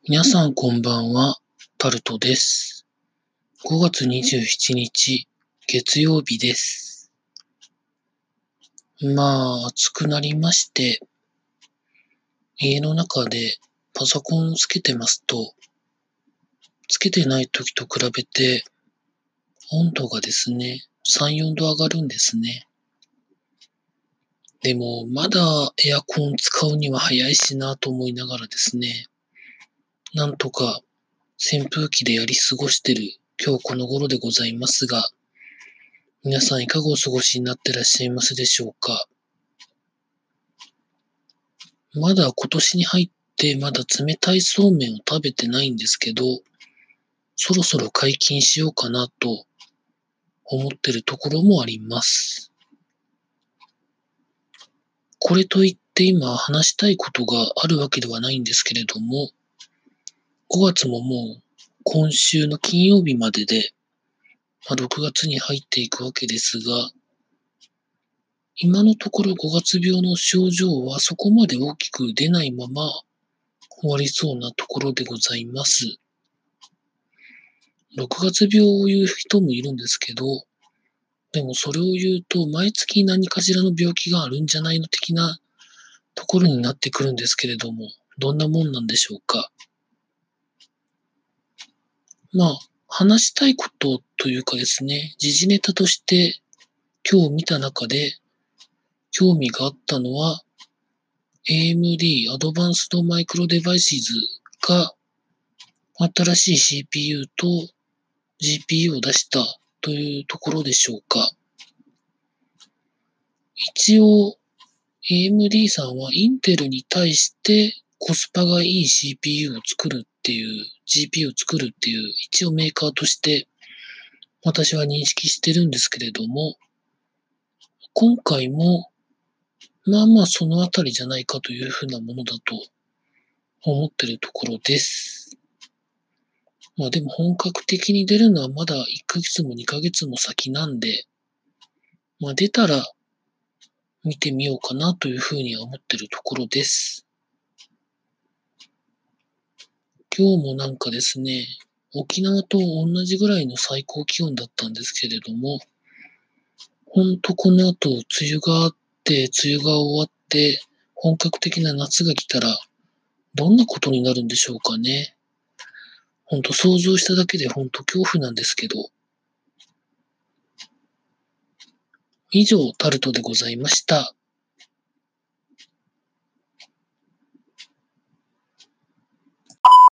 皆さんこんばんは、タルトです。5月27日、月曜日です。暑くなりまして、家の中でパソコンをつけてますと、つけてない時と比べて、温度がですね、3、4度上がるんですね。でも、まだエアコン使うには早いしなと思いながらですね、なんとか扇風機でやり過ごしてる今日この頃でございますが、皆さんいかがお過ごしになってらっしゃいますでしょうか。まだ今年に入ってまだ冷たいそうめんを食べてないんですけど、そろそろ解禁しようかなと思ってるところもあります。これといって今話したいことがあるわけではないんですけれども、5月ももう今週の金曜日までで、6月に入っていくわけですが、今のところ5月病の症状はそこまで大きく出ないまま終わりそうなところでございます。6月病を言う人もいるんですけど、でもそれを言うと、毎月何かしらの病気があるんじゃないの的なところになってくるんですけれども、どんなもんなんでしょうか。話したいことというかですね、時事ネタとして今日見た中で興味があったのは、AMD アドバンスドマイクロデバイスズが新しい CPU と GPU を出したというところでしょうか。一応、AMD さんはインテルに対してコスパがいい CPU を作るっていう、GPU を作るっていう、一応メーカーとして私は認識してるんですけれども、今回もそのあたりじゃないかというふうなものだと思ってるところです。でも本格的に出るのはまだ1ヶ月も2ヶ月も先なんで、出たら見てみようかなというふうには思ってるところです。今日もなんかですね、沖縄と同じぐらいの最高気温だったんですけれども、ほんとこの後梅雨があって、梅雨が終わって、本格的な夏が来たら、どんなことになるんでしょうかね。ほんと想像しただけでほんと恐怖なんですけど。以上、タルトでございました。